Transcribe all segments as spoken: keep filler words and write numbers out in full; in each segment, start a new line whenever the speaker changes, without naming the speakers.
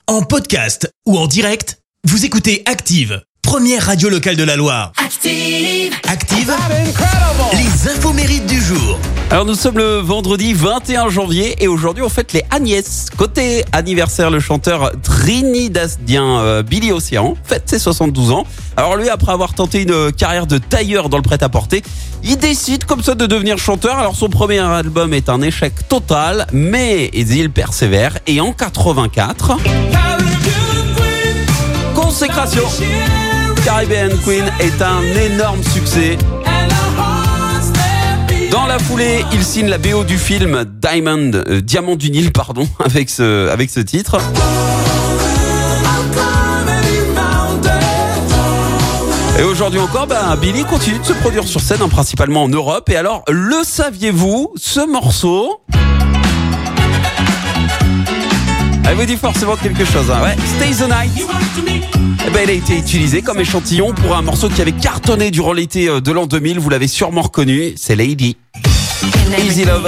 En podcast ou en direct, vous écoutez Active, première radio locale de la Loire. Active, Active, les infos mérites du jour.
Alors nous sommes le vendredi vingt et un janvier et aujourd'hui on fête les Agnès. Côté anniversaire, le chanteur trinidadien euh, Billy Ocean fête ses soixante-douze ans. Alors lui, après avoir tenté une carrière de tailleur dans le prêt-à-porter, il décide comme ça de devenir chanteur. Alors son premier album est un échec total, mais il persévère et en quatre-vingt-quatre, Consécration, Caribbean Queen est un énorme succès. Dans la foulée, il signe la B O du film Diamond, euh, Diamant du Nil, pardon, avec ce, avec ce titre. Et aujourd'hui encore, bah, Billy continue de se produire sur scène, hein, principalement en Europe. Et alors, le saviez-vous, ce morceau, elle vous dit forcément quelque chose, hein, ouais, Stay the Night. Eh ben, il a été utilisé comme échantillon pour un morceau qui avait cartonné durant l'été de l'an deux mille. Vous l'avez sûrement reconnu, c'est Lady. Easy Love.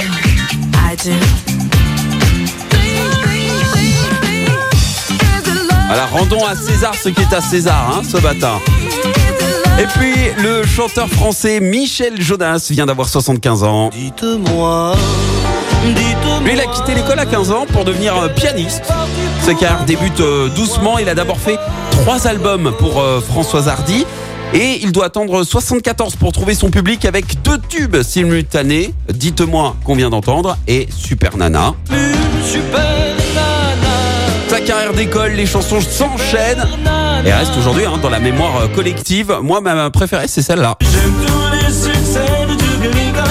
Voilà, rendons à César ce qui est à César, hein, ce matin. Et puis, le chanteur français Michel Jonas vient d'avoir soixante-quinze ans.
Dites-moi, dites-moi.
Lui, il a quitté l'école à quinze ans pour devenir pianiste. Sa carrière débute euh, doucement. Il a d'abord fait trois albums pour euh, Françoise Hardy. Et il doit attendre soixante-quatorze pour trouver son public avec deux tubes simultanés. Dites-moi qu'on vient d'entendre et Super Nana.
Une super nana.
Sa carrière décolle, les chansons s'enchaînent et reste aujourd'hui hein, dans la mémoire collective. Moi, ma préférée, c'est celle-là.
J'aime tous les succès de Duke Ellington.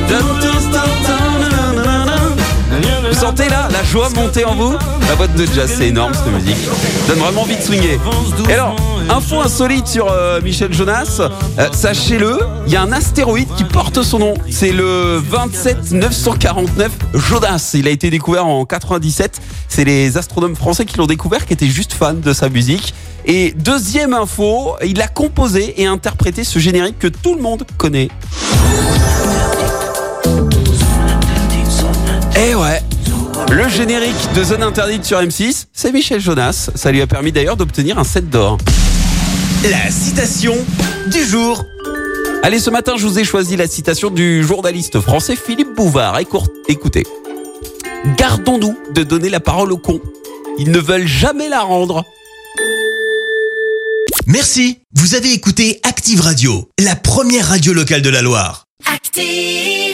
Vous sentez là la joie monter en vous? La boîte de jazz, c'est énorme cette musique. Donne vraiment envie de swinger. Et alors, info insolite sur euh, Michel Jonas. Euh, sachez-le, il y a un astéroïde qui porte son nom. C'est le vingt-sept neuf cent quarante-neuf Jonas. Il a été découvert en quatre-vingt-dix-sept. C'est les astronomes français qui l'ont découvert, qui étaient juste fans de sa musique. Et deuxième info, il a composé et interprété ce générique que tout le monde connaît. Eh ouais, le générique de Zone Interdite sur M six, c'est Michel Jonas. Ça lui a permis d'ailleurs d'obtenir un sept d'or.
La citation du jour.
Allez, ce matin, je vous ai choisi la citation du journaliste français Philippe Bouvard. Écoutez, gardons-nous de donner la parole aux cons. Ils ne veulent jamais la rendre.
Merci. Vous avez écouté Active Radio, la première radio locale de la Loire.
Active!